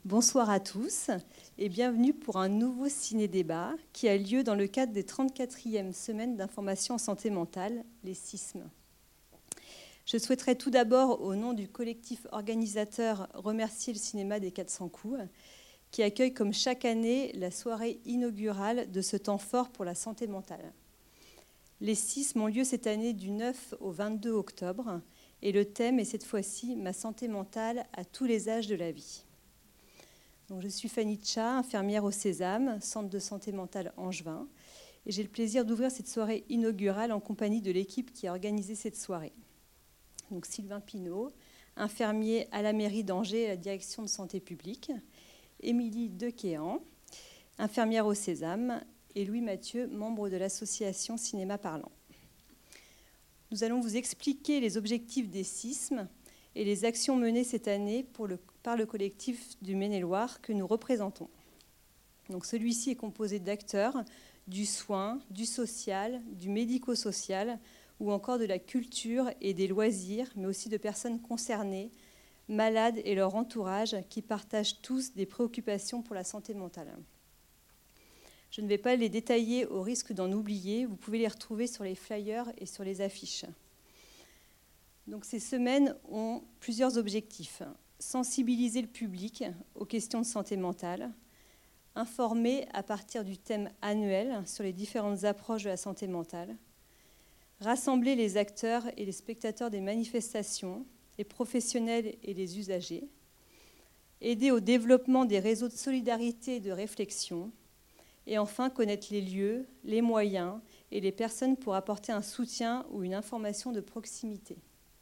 Bonsoir à tous et bienvenue pour un nouveau ciné-débat qui a lieu dans le cadre des 34e semaines d'information en santé mentale, les SISM. Je souhaiterais tout d'abord, au nom du collectif organisateur, remercier le cinéma des 400 coups, qui accueille comme chaque année la soirée inaugurale de ce temps fort pour la santé mentale. Les SISM ont lieu cette année du 9 au 22 octobre et le thème est cette fois-ci « Ma santé mentale à tous les âges de la vie ». Donc, je suis Fanny Tcha, infirmière au Sésame, centre de santé mentale Angevin, et j'ai le plaisir d'ouvrir cette soirée inaugurale en compagnie de l'équipe qui a organisé cette soirée. Donc, Sylvain Pinault, infirmier à la mairie d'Angers à la direction de santé publique, Émilie Dequéan, infirmière au Sésame, et Louis Mathieu, membre de l'association Cinéma Parlant. Nous allons vous expliquer les objectifs des SISM et les actions menées cette année par le collectif du Maine-et-Loire que nous représentons. Donc, celui-ci est composé d'acteurs du soin, du social, du médico-social ou encore de la culture et des loisirs, mais aussi de personnes concernées, malades et leur entourage qui partagent tous des préoccupations pour la santé mentale. Je ne vais pas les détailler au risque d'en oublier, vous pouvez les retrouver sur les flyers et sur les affiches. Donc, ces semaines ont plusieurs objectifs. Sensibiliser le public aux questions de santé mentale, informer à partir du thème annuel sur les différentes approches de la santé mentale, rassembler les acteurs et les spectateurs des manifestations, les professionnels et les usagers, aider au développement des réseaux de solidarité et de réflexion, et enfin connaître les lieux, les moyens et les personnes pour apporter un soutien ou une information de proximité.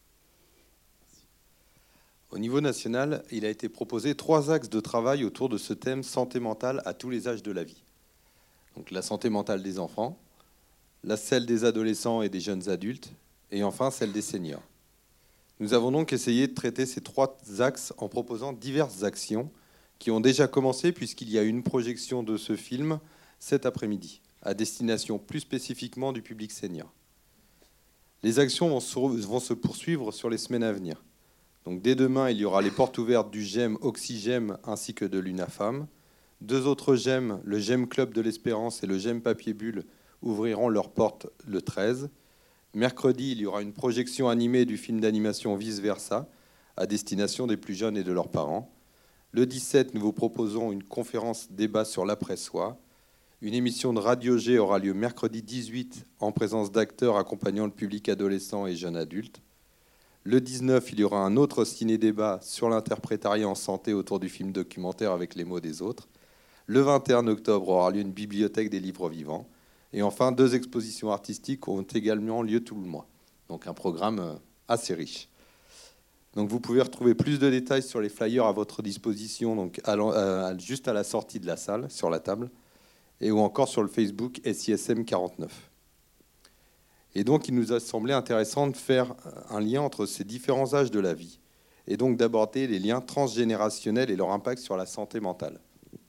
Au niveau national, il a été proposé 3 axes de travail autour de ce thème santé mentale à tous les âges de la vie. Donc la santé mentale des enfants, celle des adolescents et des jeunes adultes, et enfin celle des seniors. Nous avons donc essayé de traiter ces 3 axes en proposant diverses actions qui ont déjà commencé puisqu'il y a eu une projection de ce film cet après-midi, à destination plus spécifiquement du public senior. Les actions vont se poursuivre sur les semaines à venir. Donc dès demain, il y aura les portes ouvertes du GEM Oxygem ainsi que de l'UNAFAM. 2 autres GEM, le GEM Club de l'Espérance et le GEM Papier Bulle, ouvriront leurs portes le 13. Mercredi, il y aura une projection animée du film d'animation Vice Versa, à destination des plus jeunes et de leurs parents. Le 17, nous vous proposons une conférence débat sur l'après-soi. Une émission de Radio G aura lieu mercredi 18 en présence d'acteurs accompagnant le public adolescent et jeune adulte. Le 19, il y aura un autre ciné-débat sur l'interprétariat en santé autour du film documentaire avec les mots des autres. Le 21 octobre aura lieu une bibliothèque des livres vivants. Et enfin, 2 expositions artistiques ont également lieu tout le mois. Donc un programme assez riche. Donc vous pouvez retrouver plus de détails sur les flyers à votre disposition, donc juste à la sortie de la salle, sur la table, et ou encore sur le Facebook SISM 49. Et donc, il nous a semblé intéressant de faire un lien entre ces différents âges de la vie, et donc d'aborder les liens transgénérationnels et leur impact sur la santé mentale.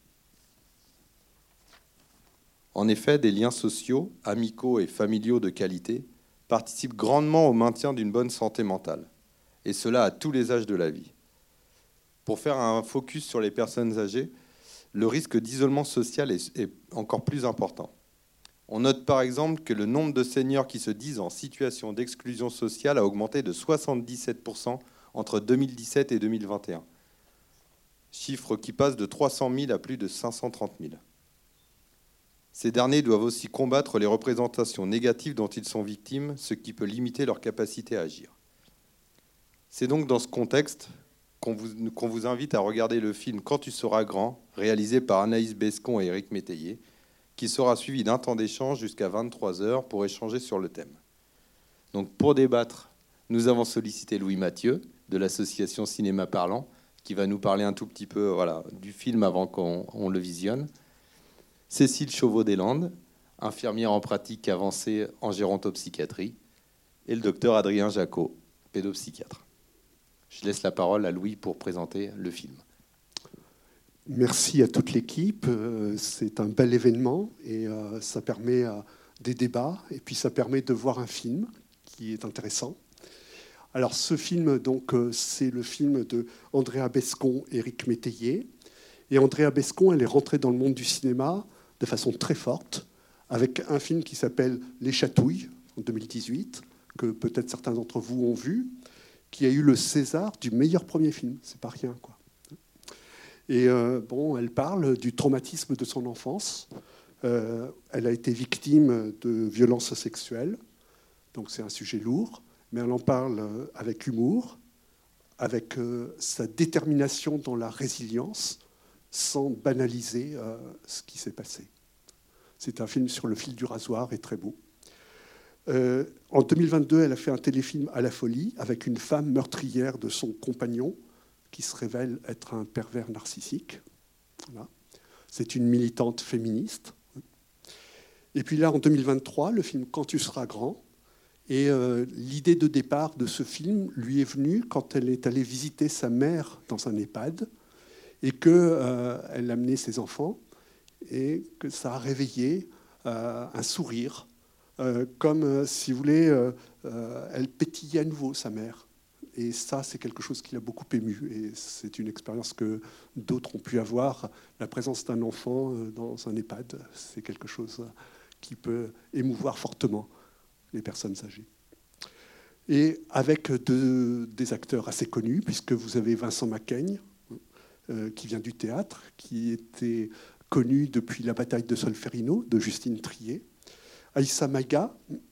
En effet, des liens sociaux, amicaux et familiaux de qualité participent grandement au maintien d'une bonne santé mentale, et cela à tous les âges de la vie. Pour faire un focus sur les personnes âgées, le risque d'isolement social est encore plus important. On note par exemple que le nombre de seniors qui se disent en situation d'exclusion sociale a augmenté de 77% entre 2017 et 2021. Chiffre qui passe de 300 000 à plus de 530 000. Ces derniers doivent aussi combattre les représentations négatives dont ils sont victimes, ce qui peut limiter leur capacité à agir. C'est donc dans ce contexte qu'on vous invite à regarder le film « Quand tu seras grand », réalisé par Anaïs Bescon et Éric Métayer, qui sera suivi d'un temps d'échange jusqu'à 23h pour échanger sur le thème. Donc pour débattre, nous avons sollicité Louis Mathieu de l'association Cinéma Parlant, qui va nous parler un tout petit peu du film avant qu'on le visionne. Cécile Chauveau-Deslandes, infirmière en pratique avancée en gérontopsychiatrie, et le docteur Adrien Jacot, pédopsychiatre. Je laisse la parole à Louis pour présenter le film. Merci à toute l'équipe. C'est un bel événement et ça permet des débats et puis ça permet de voir un film qui est intéressant. Alors ce film, donc, c'est le film de Andrea Bescon et Éric Métayer. Et Andrea Bescon, elle est rentrée dans le monde du cinéma de façon très forte, avec un film qui s'appelle Les Chatouilles, en 2018, que peut-être certains d'entre vous ont vu, qui a eu le César du meilleur premier film. C'est pas rien, quoi. Et elle parle du traumatisme de son enfance. Elle a été victime de violences sexuelles, donc c'est un sujet lourd, mais elle en parle avec humour, avec sa détermination dans la résilience, sans banaliser ce qui s'est passé. C'est un film sur le fil du rasoir et très beau. En 2022, elle a fait un téléfilm à la folie avec une femme meurtrière de son compagnon qui se révèle être un pervers narcissique. Voilà. C'est une militante féministe. Et puis là, en 2023, le film Quand tu seras grand. Et l'idée de départ de ce film lui est venue quand elle est allée visiter sa mère dans un EHPAD et qu'elle a amené ses enfants et que ça a réveillé un sourire, comme, si vous voulez, elle pétillait à nouveau, sa mère. Et ça, c'est quelque chose qui l'a beaucoup ému. Et c'est une expérience que d'autres ont pu avoir. La présence d'un enfant dans un EHPAD, c'est quelque chose qui peut émouvoir fortement les personnes âgées. Et avec des acteurs assez connus, puisque vous avez Vincent Macaigne, qui vient du théâtre, qui était connu depuis La bataille de Solferino, de Justine Triet. Aïssa Maïga,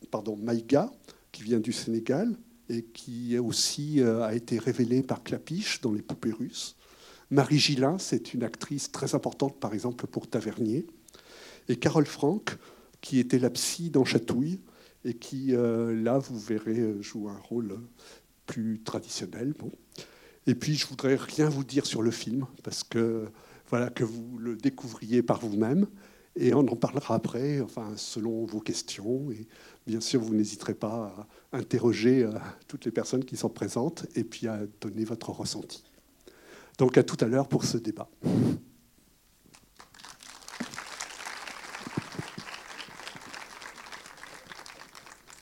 qui vient du Sénégal, et qui aussi a été révélée par Clapiche dans Les Poupées russes. Marie Gillin, c'est une actrice très importante, par exemple, pour Tavernier. Et Carole Franck, qui était la psy dans Chatouille, et qui, là, vous verrez, joue un rôle plus traditionnel. Bon. Et puis, je ne voudrais rien vous dire sur le film, parce que, voilà, que vous le découvriez par vous-même. Et on en parlera après, enfin, selon vos questions. Et bien sûr, vous n'hésiterez pas à interroger toutes les personnes qui sont présentes et puis à donner votre ressenti. Donc, à tout à l'heure pour ce débat.